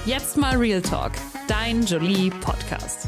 Jetzt mal Real Talk, dein Jolie Podcast.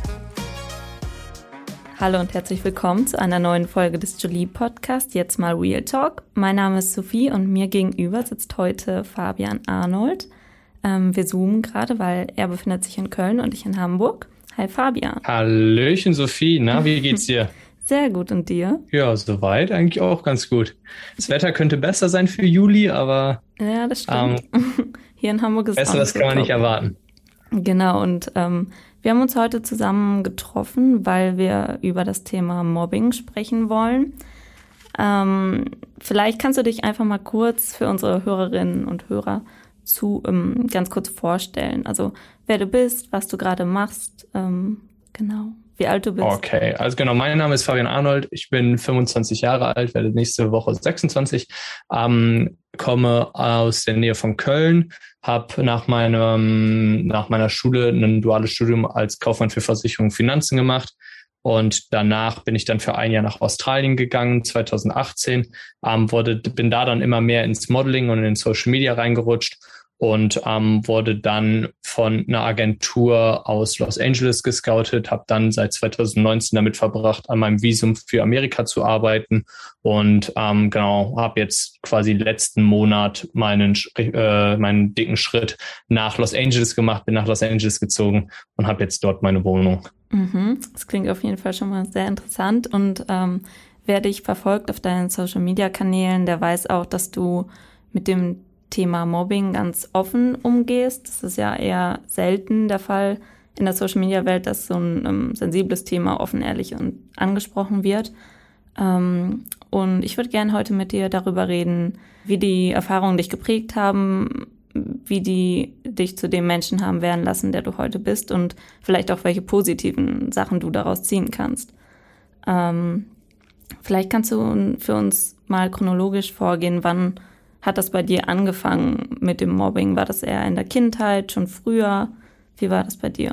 Hallo und herzlich willkommen zu einer neuen Folge des Jolie Podcast, Jetzt mal Real Talk. Mein Name ist Sophie und mir gegenüber sitzt heute Fabian Arnold. Wir zoomen gerade, weil er befindet sich in Köln und ich in Hamburg. Hi Fabian. Hallöchen Sophie, na, wie geht's dir? Sehr gut, und dir? Ja, soweit eigentlich auch ganz gut. Das Wetter könnte besser sein für Juli, aber ja, das stimmt. Hier in Hamburg ist es besseres kann man nicht erwarten. Genau, und wir haben uns heute zusammen getroffen, weil wir über das Thema Mobbing sprechen wollen. Vielleicht kannst du dich einfach mal kurz für unsere Hörerinnen und Hörer ganz kurz vorstellen. Also wer du bist, was du gerade machst, genau, wie alt du bist. Okay, also genau, mein Name ist Fabian Arnold, ich bin 25 Jahre alt, werde nächste Woche 26, komme aus der Nähe von Köln, habe nach meiner Schule ein duales Studium als Kaufmann für Versicherung und Finanzen gemacht. Und danach bin ich dann für ein Jahr nach Australien gegangen, 2018, bin da dann immer mehr ins Modeling und in Social Media reingerutscht und wurde dann von einer Agentur aus Los Angeles gescoutet, habe dann seit 2019 damit verbracht, an meinem Visum für Amerika zu arbeiten und habe jetzt quasi letzten Monat meinen dicken Schritt nach Los Angeles gemacht, bin nach Los Angeles gezogen und habe jetzt dort meine Wohnung. Das klingt auf jeden Fall schon mal sehr interessant und wer dich verfolgt auf deinen Social-Media-Kanälen, der weiß auch, dass du mit dem Thema Mobbing ganz offen umgehst. Das ist ja eher selten der Fall in der Social-Media-Welt, dass so ein sensibles Thema offen, ehrlich und angesprochen wird. Und ich würde gerne heute mit dir darüber reden, wie die Erfahrungen dich geprägt haben, wie die dich zu dem Menschen haben werden lassen, der du heute bist und vielleicht auch welche positiven Sachen du daraus ziehen kannst. Vielleicht kannst du für uns mal chronologisch vorgehen, wann hat das bei dir angefangen mit dem Mobbing? War das eher in der Kindheit, schon früher? Wie war das bei dir?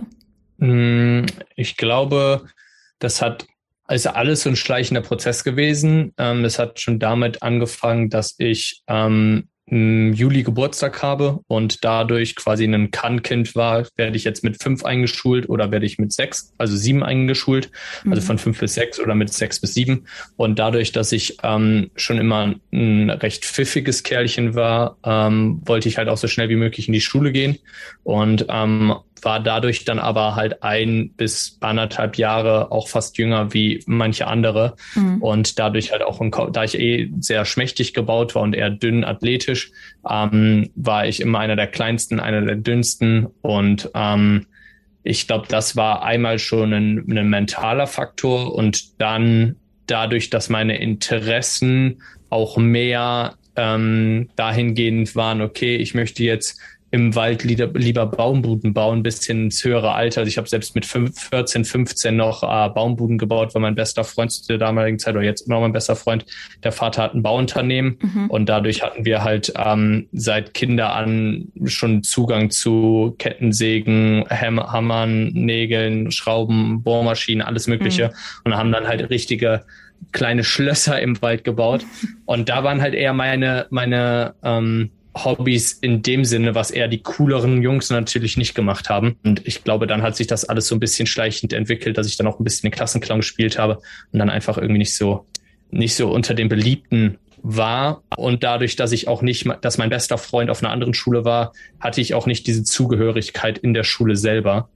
Ich glaube, das ist alles so ein schleichender Prozess gewesen. Es hat schon damit angefangen, dass ich im Juli Geburtstag habe und dadurch quasi ein Kann-Kind war. Werde ich jetzt mit 5 eingeschult oder werde ich mit 6, also 7 eingeschult, also von 5 bis 6 oder mit 6 bis 7. Und dadurch, dass ich schon immer ein recht pfiffiges Kerlchen war, wollte ich halt auch so schnell wie möglich in die Schule gehen und war dadurch dann aber halt 1 bis 1,5 Jahre auch fast jünger wie manche andere. Und dadurch halt auch, da ich sehr schmächtig gebaut war und eher dünn athletisch, war ich immer einer der kleinsten, einer der dünnsten. Und ich glaube, das war einmal schon ein mentaler Faktor. Und dann dadurch, dass meine Interessen auch mehr dahingehend waren, okay, ich möchte jetzt im Wald lieber Baumbuden bauen, bis hin ins höhere Alter. Also ich habe selbst mit 14, 15 noch Baumbuden gebaut, weil mein bester Freund zu der damaligen Zeit, oder jetzt immer noch mein bester Freund, der Vater hat ein Bauunternehmen und dadurch hatten wir halt seit Kinder an schon Zugang zu Kettensägen, Hammern, Nägeln, Schrauben, Bohrmaschinen, alles Mögliche und haben dann halt richtige kleine Schlösser im Wald gebaut und da waren halt eher meine Hobbys in dem Sinne, was eher die cooleren Jungs natürlich nicht gemacht haben. Und ich glaube, dann hat sich das alles so ein bisschen schleichend entwickelt, dass ich dann auch ein bisschen den Klassenclown gespielt habe und dann einfach irgendwie nicht so unter den Beliebten war. Und dadurch, dass mein bester Freund auf einer anderen Schule war, hatte ich auch nicht diese Zugehörigkeit in der Schule selber,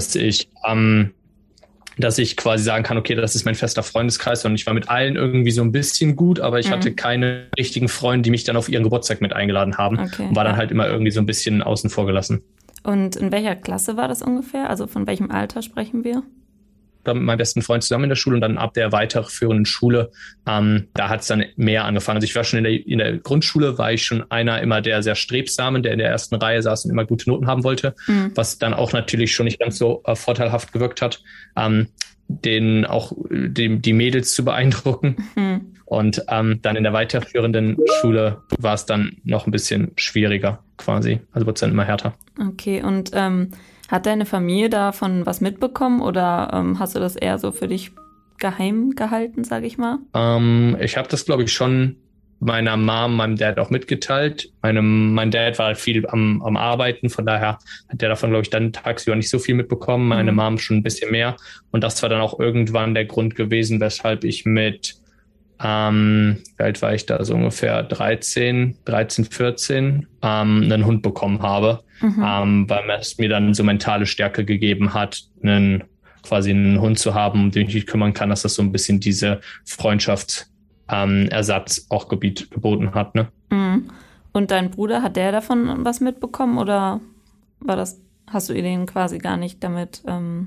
dass ich quasi sagen kann, okay, das ist mein fester Freundeskreis und ich war mit allen irgendwie so ein bisschen gut, aber ich hatte keine richtigen Freunde, die mich dann auf ihren Geburtstag mit eingeladen haben und war dann halt immer irgendwie so ein bisschen außen vor gelassen. Und in welcher Klasse war das ungefähr? Also von welchem Alter sprechen wir? Mit meinem besten Freund zusammen in der Schule und dann ab der weiterführenden Schule, da hat es dann mehr angefangen. Also ich war schon in der Grundschule, war ich schon einer immer der sehr strebsamen, der in der ersten Reihe saß und immer gute Noten haben wollte, was dann auch natürlich schon nicht ganz so vorteilhaft gewirkt hat, die Mädels zu beeindrucken. Und dann in der weiterführenden Schule war es dann noch ein bisschen schwieriger quasi, also wurde es dann immer härter. Okay, und hat deine Familie davon was mitbekommen oder hast du das eher so für dich geheim gehalten, sage ich mal? Ich habe das, glaube ich, schon meiner Mom, meinem Dad auch mitgeteilt. Mein Dad war halt viel am Arbeiten, von daher hat der davon, glaube ich, dann tagsüber nicht so viel mitbekommen. Meine Mom schon ein bisschen mehr. Und das war dann auch irgendwann der Grund gewesen, weshalb ich mit, wie alt war ich da, so ungefähr 13, 14, einen Hund bekommen habe, weil es mir dann so mentale Stärke gegeben hat, quasi einen Hund zu haben, um den ich mich kümmern kann, dass das so ein bisschen diese Freundschaftsersatz auch geboten hat, ne? Und dein Bruder, hat der davon was mitbekommen oder hast du ihn quasi gar nicht damit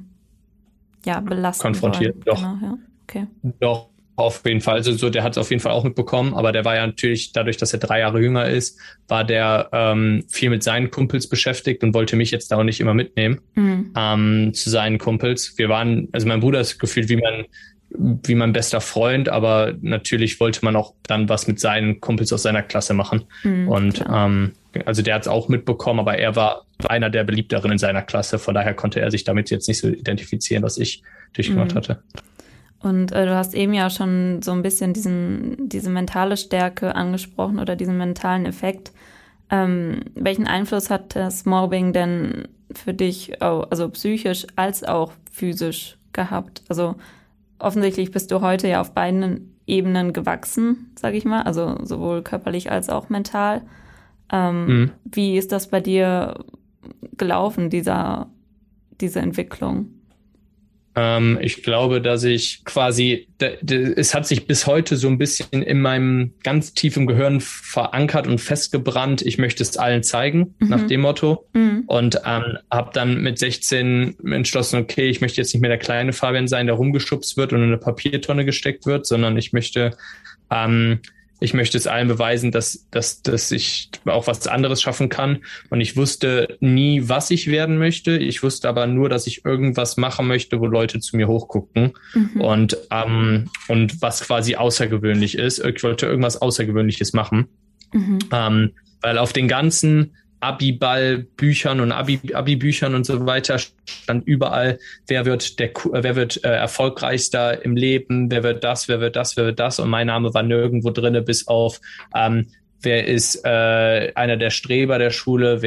belastet? Konfrontiert, wollen? Doch. Genau, ja. Okay. Doch, auf jeden Fall. Also der hat es auf jeden Fall auch mitbekommen, aber der war ja natürlich, dadurch, dass er 3 Jahre jünger ist, war der viel mit seinen Kumpels beschäftigt und wollte mich jetzt da auch nicht immer mitnehmen zu seinen Kumpels. Also mein Bruder ist gefühlt wie mein bester Freund, aber natürlich wollte man auch dann was mit seinen Kumpels aus seiner Klasse machen. Und also der hat es auch mitbekommen, aber er war einer der beliebteren in seiner Klasse, von daher konnte er sich damit jetzt nicht so identifizieren, was ich durchgemacht hatte. Und du hast eben ja schon so ein bisschen diese mentale Stärke angesprochen oder diesen mentalen Effekt. Welchen Einfluss hat das Mobbing denn für dich, also psychisch als auch physisch gehabt? Also offensichtlich bist du heute ja auf beiden Ebenen gewachsen, sage ich mal, also sowohl körperlich als auch mental. Wie ist das bei dir gelaufen, diese Entwicklung? Ich glaube, dass ich quasi, es hat sich bis heute so ein bisschen in meinem ganz tief im Gehirn verankert und festgebrannt. Ich möchte es allen zeigen, nach dem Motto. Und habe dann mit 16 entschlossen, okay, ich möchte jetzt nicht mehr der kleine Fabian sein, der rumgeschubst wird und in eine Papiertonne gesteckt wird, sondern ich möchte es allen beweisen, dass ich auch was anderes schaffen kann. Und ich wusste nie, was ich werden möchte. Ich wusste aber nur, dass ich irgendwas machen möchte, wo Leute zu mir hochgucken und was quasi außergewöhnlich ist. Ich wollte irgendwas Außergewöhnliches machen. Weil auf den ganzen Abiball-Büchern und Abi-Büchern und so weiter stand überall, wer wird erfolgreichster im Leben, wer wird das. Und mein Name war nirgendwo drinne, bis auf wer ist einer der Streber der Schule,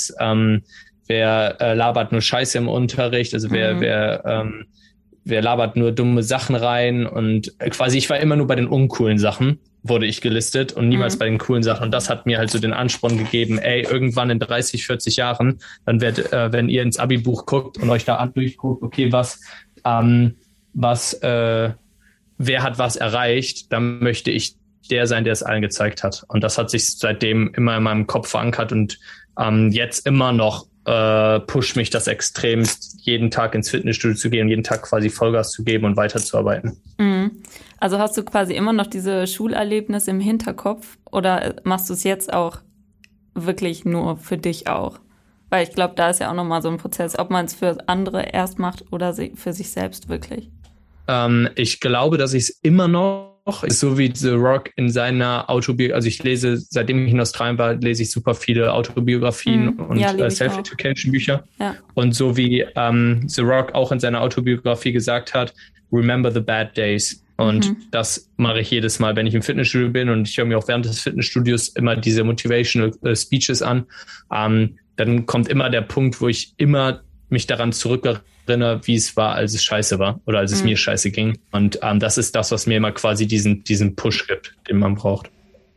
wer labert nur Scheiße im Unterricht, also wer labert nur dumme Sachen rein, und quasi ich war immer nur bei den uncoolen Sachen, wurde ich gelistet, und niemals bei den coolen Sachen. Und das hat mir halt so den Ansporn gegeben, irgendwann in 30, 40 Jahren, dann wenn ihr ins Abi-Buch guckt und euch da durchguckt, okay, wer hat was erreicht, dann möchte ich der sein, der es allen gezeigt hat. Und das hat sich seitdem immer in meinem Kopf verankert, und jetzt immer noch pusht mich das extremst, jeden Tag ins Fitnessstudio zu gehen, jeden Tag quasi Vollgas zu geben und weiterzuarbeiten. Also hast du quasi immer noch diese Schulerlebnisse im Hinterkopf, oder machst du es jetzt auch wirklich nur für dich auch? Weil ich glaube, da ist ja auch nochmal so ein Prozess, ob man es für andere erst macht oder für sich selbst wirklich. Ich glaube, dass ich es immer noch, so wie The Rock in seiner Autobiografie, also ich lese, seitdem ich in Australien war, lese ich super viele Autobiografien und Self-Education-Bücher. Ja. Und so wie The Rock auch in seiner Autobiografie gesagt hat, remember the bad days. Und das mache ich jedes Mal, wenn ich im Fitnessstudio bin, und ich höre mir auch während des Fitnessstudios immer diese Motivational Speeches an. Dann kommt immer der Punkt, wo ich immer mich daran zurückerinnere, wie es war, als es scheiße war oder als es mir scheiße ging. Und das ist das, was mir immer quasi diesen Push gibt, den man braucht.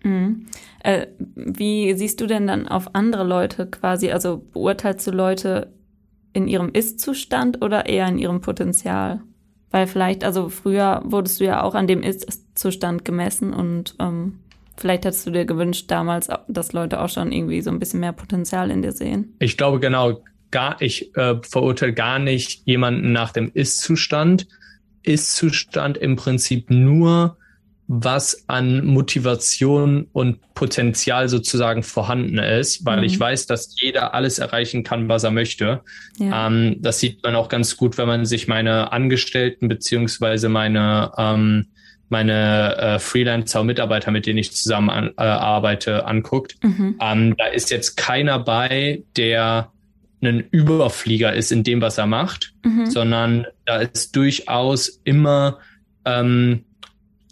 Wie siehst du denn dann auf andere Leute quasi? Also beurteilst du Leute in ihrem Ist-Zustand oder eher in ihrem Potenzial? Weil vielleicht, also früher wurdest du ja auch an dem Ist-Zustand gemessen, und vielleicht hättest du dir gewünscht damals, dass Leute auch schon irgendwie so ein bisschen mehr Potenzial in dir sehen. Ich glaube, genau. Ich verurteile gar nicht jemanden nach dem Ist-Zustand. Ist-Zustand im Prinzip nur, was an Motivation und Potenzial sozusagen vorhanden ist, weil ich weiß, dass jeder alles erreichen kann, was er möchte. Ja. Das sieht man auch ganz gut, wenn man sich meine Angestellten beziehungsweise meine Freelancer und Mitarbeiter, mit denen ich zusammen arbeite, anguckt. Da ist jetzt keiner bei, der ein Überflieger ist in dem, was er macht, sondern da ist durchaus immer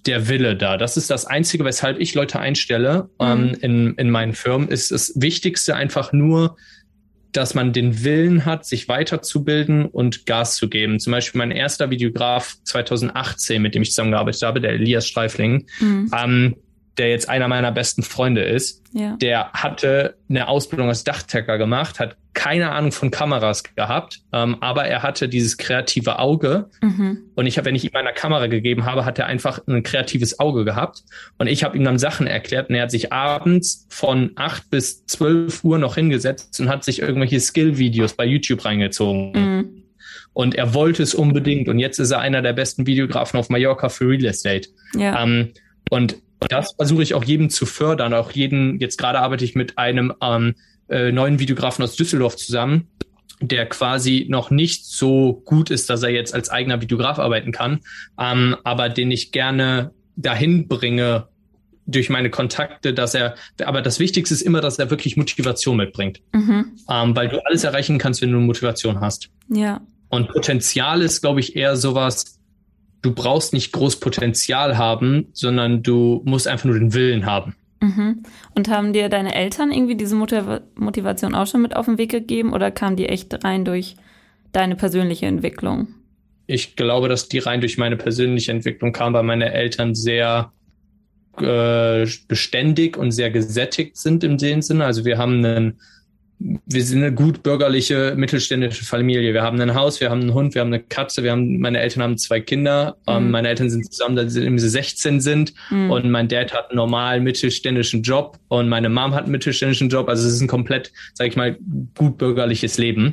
der Wille da. Das ist das Einzige, weshalb ich Leute einstelle in meinen Firmen. Ist das Wichtigste einfach nur, dass man den Willen hat, sich weiterzubilden und Gas zu geben. Zum Beispiel mein erster Videograf 2018, mit dem ich zusammengearbeitet habe, der Elias Streifling, der jetzt einer meiner besten Freunde ist, der hatte eine Ausbildung als Dachdecker gemacht, hat keine Ahnung von Kameras gehabt, aber er hatte dieses kreative Auge. Und wenn ich ihm eine Kamera gegeben habe, hat er einfach ein kreatives Auge gehabt. Und ich habe ihm dann Sachen erklärt und er hat sich abends von 8 bis 12 Uhr noch hingesetzt und hat sich irgendwelche Skill-Videos bei YouTube reingezogen. Und er wollte es unbedingt. Und jetzt ist er einer der besten Videografen auf Mallorca für Real Estate. Und das versuche ich auch jedem zu fördern. Auch jetzt gerade arbeite ich mit einem neuen Videografen aus Düsseldorf zusammen, der quasi noch nicht so gut ist, dass er jetzt als eigener Videograf arbeiten kann, aber den ich gerne dahin bringe durch meine Kontakte, aber das Wichtigste ist immer, dass er wirklich Motivation mitbringt. Weil du alles erreichen kannst, wenn du Motivation hast. Ja. Und Potenzial ist, glaube ich, eher sowas, du brauchst nicht groß Potenzial haben, sondern du musst einfach nur den Willen haben. Und haben dir deine Eltern irgendwie diese Motivation auch schon mit auf den Weg gegeben oder kam die echt rein durch deine persönliche Entwicklung? Ich glaube, dass die rein durch meine persönliche Entwicklung kam, weil meine Eltern sehr beständig und sehr gesättigt sind in dem Sinne. Also wir sind eine gut bürgerliche, mittelständische Familie. Wir haben ein Haus, wir haben einen Hund, wir haben eine Katze, meine Eltern haben 2 Kinder. Meine Eltern sind zusammen, da sie 16 sind. Und mein Dad hat einen normalen mittelständischen Job und meine Mom hat einen mittelständischen Job. Also es ist ein komplett, sag ich mal, gut bürgerliches Leben.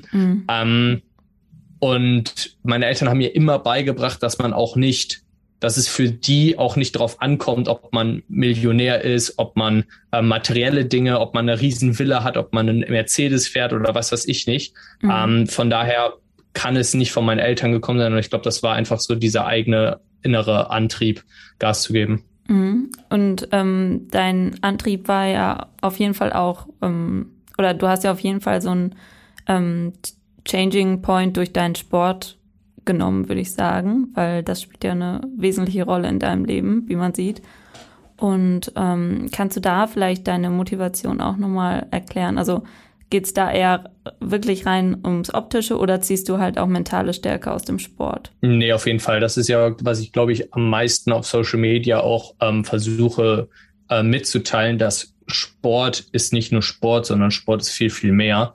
Und meine Eltern haben mir immer beigebracht, dass es für die auch nicht darauf ankommt, ob man Millionär ist, ob man materielle Dinge, ob man eine riesen Villa hat, ob man einen Mercedes fährt oder was weiß ich nicht. Von daher kann es nicht von meinen Eltern gekommen sein. Und ich glaube, das war einfach so dieser eigene innere Antrieb, Gas zu geben. Und dein Antrieb war ja auf jeden Fall auch, oder du hast ja auf jeden Fall so einen Changing Point durch deinen Sport genommen, würde ich sagen, weil das spielt ja eine wesentliche Rolle in deinem Leben, wie man sieht. Und kannst du da vielleicht deine Motivation auch nochmal erklären? Also geht's da eher wirklich rein ums Optische oder ziehst du halt auch mentale Stärke aus dem Sport? Nee, auf jeden Fall. Das ist ja, was ich, glaube ich, am meisten auf Social Media auch versuche mitzuteilen, dass Sport ist nicht nur Sport, sondern Sport ist viel, viel mehr.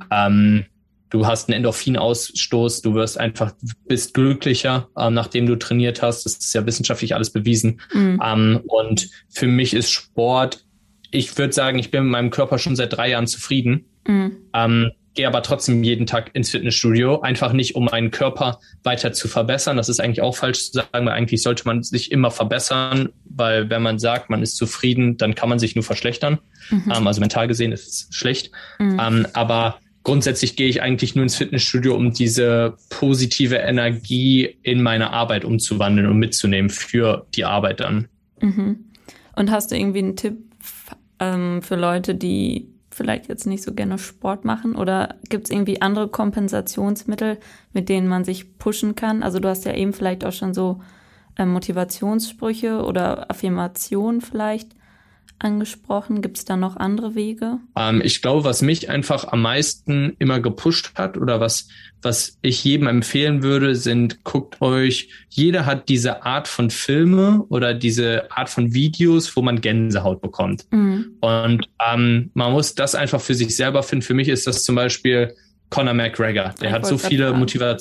Du hast einen Endorphinausstoß, bist glücklicher, nachdem du trainiert hast. Das ist ja wissenschaftlich alles bewiesen. Und für mich ist Sport, ich würde sagen, ich bin mit meinem Körper schon seit 3 Jahren zufrieden. Gehe aber trotzdem jeden Tag ins Fitnessstudio, einfach nicht, um meinen Körper weiter zu verbessern. Das ist eigentlich auch falsch zu sagen, weil eigentlich sollte man sich immer verbessern, weil wenn man sagt, man ist zufrieden, dann kann man sich nur verschlechtern. Also mental gesehen ist es schlecht. Aber grundsätzlich gehe ich eigentlich nur ins Fitnessstudio, um diese positive Energie in meine Arbeit umzuwandeln und mitzunehmen für die Arbeit dann. Und hast du irgendwie einen Tipp für Leute, die vielleicht jetzt nicht so gerne Sport machen? Oder gibt es irgendwie andere Kompensationsmittel, mit denen man sich pushen kann? Also du hast ja eben vielleicht auch schon so Motivationssprüche oder Affirmationen vielleicht angesprochen. Gibt es da noch andere Wege? Ich glaube, was mich einfach am meisten immer gepusht hat oder was ich jedem empfehlen würde, guckt euch, jeder hat diese Art von Filme oder diese Art von Videos, wo man Gänsehaut bekommt. Und man muss das einfach für sich selber finden. Für mich ist das zum Beispiel Conor McGregor. Der hat so viele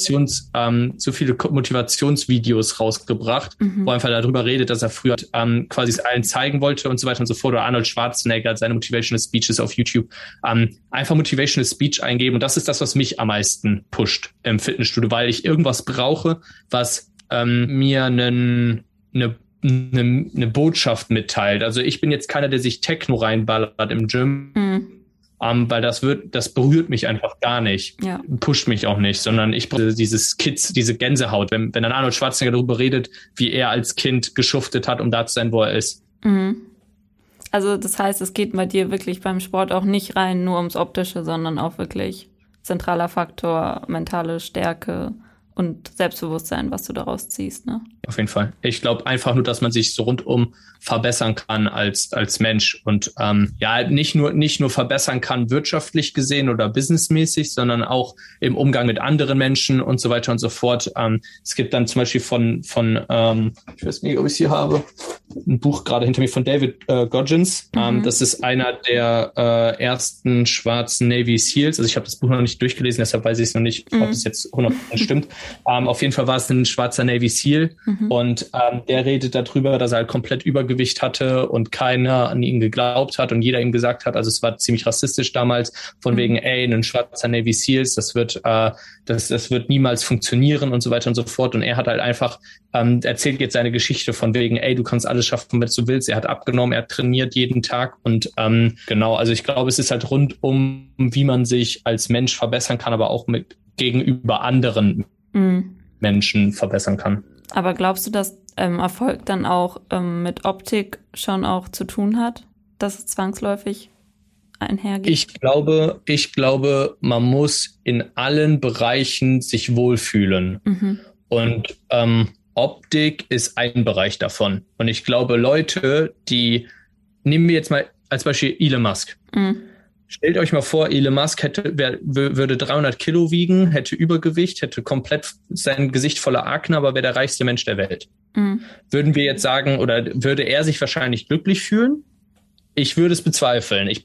Motivationsvideos rausgebracht, wo er einfach darüber redet, dass er früher quasi es allen zeigen wollte und so weiter und so fort. Oder Arnold Schwarzenegger hat seine Motivational Speeches auf YouTube. Einfach Motivational Speech eingeben. Und das ist das, was mich am meisten pusht im Fitnessstudio, weil ich irgendwas brauche, was mir eine Botschaft mitteilt. Also ich bin jetzt keiner, der sich Techno reinballert im Gym. Weil das berührt mich einfach gar nicht, pusht mich auch nicht, sondern ich brauche diese Gänsehaut, wenn dann Arnold Schwarzenegger darüber redet, wie er als Kind geschuftet hat, um da zu sein, wo er ist. Also das heißt, es geht bei dir wirklich beim Sport auch nicht rein nur ums Optische, sondern auch wirklich zentraler Faktor, mentale Stärke und Selbstbewusstsein, was du daraus ziehst, ne? Auf jeden Fall. Ich glaube einfach nur, dass man sich so rundum verbessern kann als Mensch und nicht nur verbessern kann wirtschaftlich gesehen oder businessmäßig, sondern auch im Umgang mit anderen Menschen und so weiter und so fort. Es gibt dann zum Beispiel von ich weiß nicht, ob ich es hier habe, ein Buch gerade hinter mir von David Goggins. Das ist einer der ersten schwarzen Navy Seals. Also ich habe das Buch noch nicht durchgelesen, deshalb weiß ich es noch nicht, ob es jetzt 100% stimmt. Auf jeden Fall war es ein schwarzer Navy Seal und der redet darüber, dass er halt komplett Übergewicht hatte und keiner an ihn geglaubt hat und jeder ihm gesagt hat, also es war ziemlich rassistisch damals, von wegen, ein schwarzer Navy Seals, das wird niemals funktionieren und so weiter und so fort. Und er hat halt einfach erzählt jetzt seine Geschichte von wegen, du kannst alles schaffen, wenn du willst. Er hat abgenommen, er trainiert jeden Tag und genau, also ich glaube, es ist halt rundum, wie man sich als Mensch verbessern kann, aber auch gegenüber anderen Menschen verbessern kann. Aber glaubst du, dass Erfolg dann auch mit Optik schon auch zu tun hat, dass es zwangsläufig einhergeht? Ich glaube, man muss in allen Bereichen sich wohlfühlen. Und Optik ist ein Bereich davon. Und ich glaube, Leute, nehmen wir jetzt mal als Beispiel Elon Musk. Stellt euch mal vor, Elon Musk würde 300 Kilo wiegen, hätte Übergewicht, hätte komplett sein Gesicht voller Akne, aber wäre der reichste Mensch der Welt. Würden wir jetzt sagen, oder würde er sich wahrscheinlich glücklich fühlen? Ich würde es bezweifeln. Ich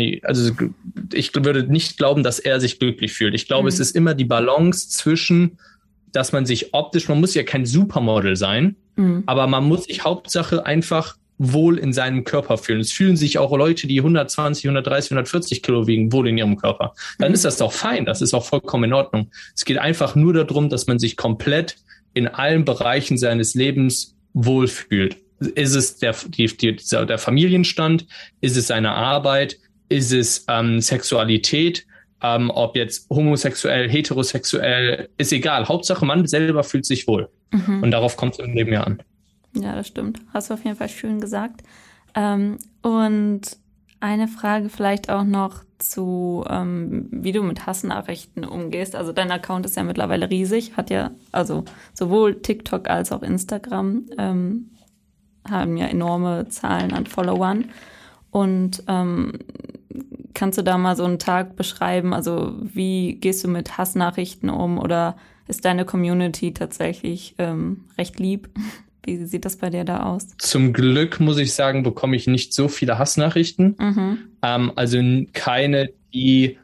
würde nicht glauben, dass er sich glücklich fühlt. Ich glaube, es ist immer die Balance zwischen, dass man sich optisch, man muss ja kein Supermodel sein, aber man muss sich Hauptsache einfach wohl in seinem Körper fühlen. Es fühlen sich auch Leute, die 120, 130, 140 Kilo wiegen, wohl in ihrem Körper. Dann ist das doch fein. Das ist auch vollkommen in Ordnung. Es geht einfach nur darum, dass man sich komplett in allen Bereichen seines Lebens wohlfühlt. Ist es der Familienstand? Ist es seine Arbeit? Ist es Sexualität? Ob jetzt homosexuell, heterosexuell, ist egal. Hauptsache, man selber fühlt sich wohl. Und darauf kommt es im Leben ja an. Ja, das stimmt. Hast du auf jeden Fall schön gesagt. Und eine Frage vielleicht auch noch zu, wie du mit Hassnachrichten umgehst. Also dein Account ist ja mittlerweile riesig, hat ja, also sowohl TikTok als auch Instagram haben ja enorme Zahlen an Followern. Und kannst du da mal so einen Tag beschreiben? Also wie gehst du mit Hassnachrichten um oder ist deine Community tatsächlich recht lieb? Wie sieht das bei dir da aus? Zum Glück, muss ich sagen, bekomme ich nicht so viele Hassnachrichten. Also keine, die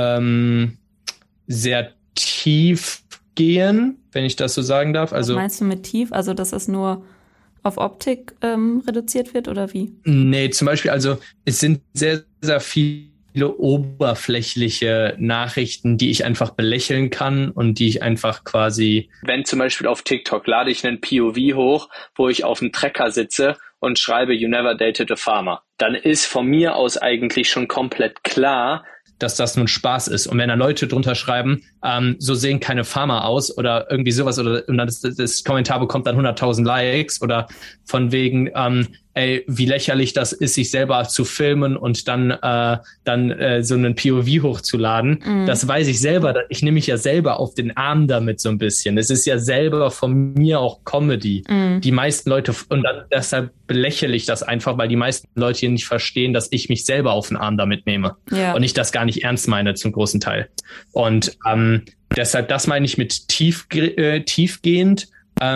sehr tief gehen, wenn ich das so sagen darf. Also, was meinst du mit tief? Also dass es nur auf Optik reduziert wird oder wie? Nee, zum Beispiel, also es sind sehr, sehr viele oberflächliche Nachrichten, die ich einfach belächeln kann und die ich einfach quasi... Wenn zum Beispiel auf TikTok lade ich einen POV hoch, wo ich auf dem Trecker sitze und schreibe, you never dated a farmer, dann ist von mir aus eigentlich schon komplett klar, dass das nun Spaß ist. Und wenn da Leute drunter schreiben, so sehen keine Farmer aus oder irgendwie sowas, und dann das Kommentar bekommt dann 100.000 Likes oder von wegen, wie lächerlich das ist, sich selber zu filmen und dann so einen POV hochzuladen. Das weiß ich selber. Ich nehme mich ja selber auf den Arm damit so ein bisschen. Es ist ja selber von mir auch Comedy. Die meisten Leute, und dann, deshalb belächle ich das einfach, weil die meisten Leute hier nicht verstehen, dass ich mich selber auf den Arm damit nehme. Ja. Und ich das gar nicht ernst meine zum großen Teil. Und deshalb, das meine ich mit tiefgehend.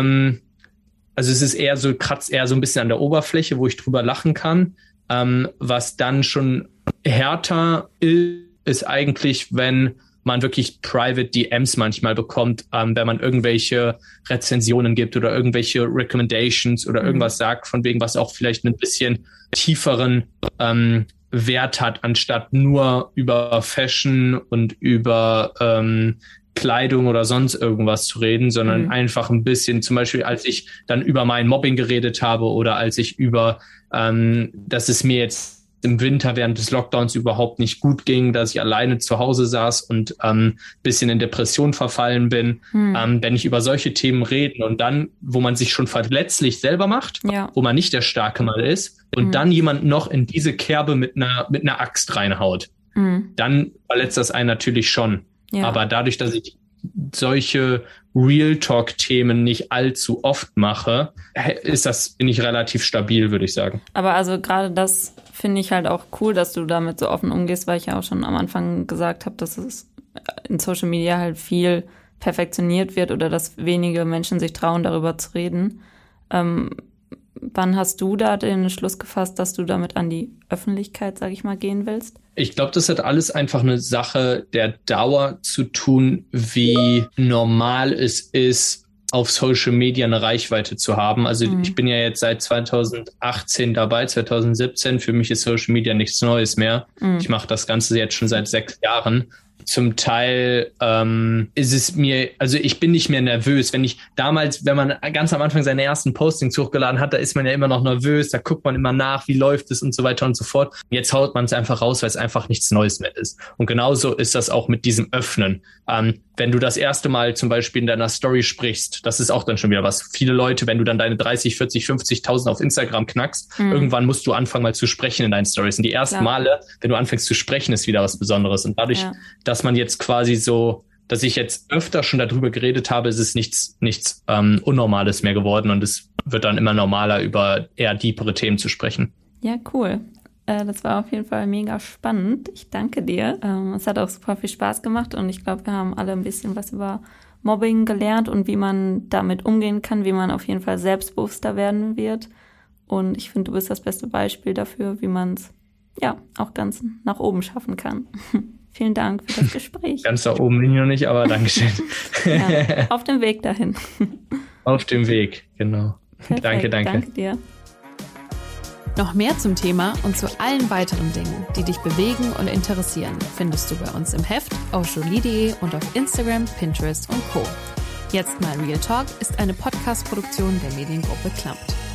Also es ist eher so, kratzt eher so ein bisschen an der Oberfläche, wo ich drüber lachen kann. Was dann schon härter ist eigentlich, wenn man wirklich Private DMs manchmal bekommt, wenn man irgendwelche Rezensionen gibt oder irgendwelche Recommendations oder irgendwas sagt, von wegen, was auch vielleicht einen bisschen tieferen Wert hat, anstatt nur über Fashion und über Kleidung oder sonst irgendwas zu reden, sondern einfach ein bisschen, zum Beispiel, als ich dann über mein Mobbing geredet habe oder als ich über, dass es mir jetzt im Winter während des Lockdowns überhaupt nicht gut ging, dass ich alleine zu Hause saß und bisschen in Depression verfallen bin. Wenn ich über solche Themen rede und dann, wo man sich schon verletzlich selber macht, wo man nicht der Starke mal ist und dann jemand noch in diese Kerbe mit einer Axt reinhaut, dann verletzt das einen natürlich schon. Ja. Aber dadurch, dass ich solche Real-Talk-Themen nicht allzu oft mache, bin ich relativ stabil, würde ich sagen. Aber also gerade das finde ich halt auch cool, dass du damit so offen umgehst, weil ich ja auch schon am Anfang gesagt habe, dass es in Social Media halt viel perfektioniert wird oder dass wenige Menschen sich trauen, darüber zu reden. Wann hast du da den Schluss gefasst, dass du damit an die Öffentlichkeit, sage ich mal, gehen willst? Ich glaube, das hat alles einfach eine Sache der Dauer zu tun, wie normal es ist, auf Social Media eine Reichweite zu haben. Also ich bin ja jetzt seit 2018 dabei, 2017. Für mich ist Social Media nichts Neues mehr. Ich mache das Ganze jetzt schon seit 6 Jahren. Zum Teil ist es mir, also ich bin nicht mehr nervös. Wenn man ganz am Anfang seine ersten Postings hochgeladen hat, da ist man ja immer noch nervös, da guckt man immer nach, wie läuft es und so weiter und so fort. Jetzt haut man es einfach raus, weil es einfach nichts Neues mehr ist. Und genauso ist das auch mit diesem Öffnen. Wenn du das erste Mal zum Beispiel in deiner Story sprichst, das ist auch dann schon wieder was. Viele Leute, wenn du dann deine 30, 40, 50.000 auf Instagram knackst, irgendwann musst du anfangen mal zu sprechen in deinen Stories. Und die ersten Male, wenn du anfängst zu sprechen, ist wieder was Besonderes. Und dadurch, dass man jetzt quasi so, dass ich jetzt öfter schon darüber geredet habe, ist es nichts Unnormales mehr geworden. Und es wird dann immer normaler, über eher deepere Themen zu sprechen. Ja, cool. Das war auf jeden Fall mega spannend. Ich danke dir. Es hat auch super viel Spaß gemacht und ich glaube, wir haben alle ein bisschen was über Mobbing gelernt und wie man damit umgehen kann, wie man auf jeden Fall selbstbewusster werden wird. Und ich finde, du bist das beste Beispiel dafür, wie man es auch ganz nach oben schaffen kann. Vielen Dank für das Gespräch. Ganz da oben bin ich noch nicht, aber Dankeschön. Auf dem Weg dahin. Auf dem Weg, genau. Perfekt, Danke. Danke dir. Noch mehr zum Thema und zu allen weiteren Dingen, die dich bewegen und interessieren, findest du bei uns im Heft auf jolie.de und auf Instagram, Pinterest und Co. Jetzt mal Real Talk ist eine Podcast-Produktion der Mediengruppe Klammt.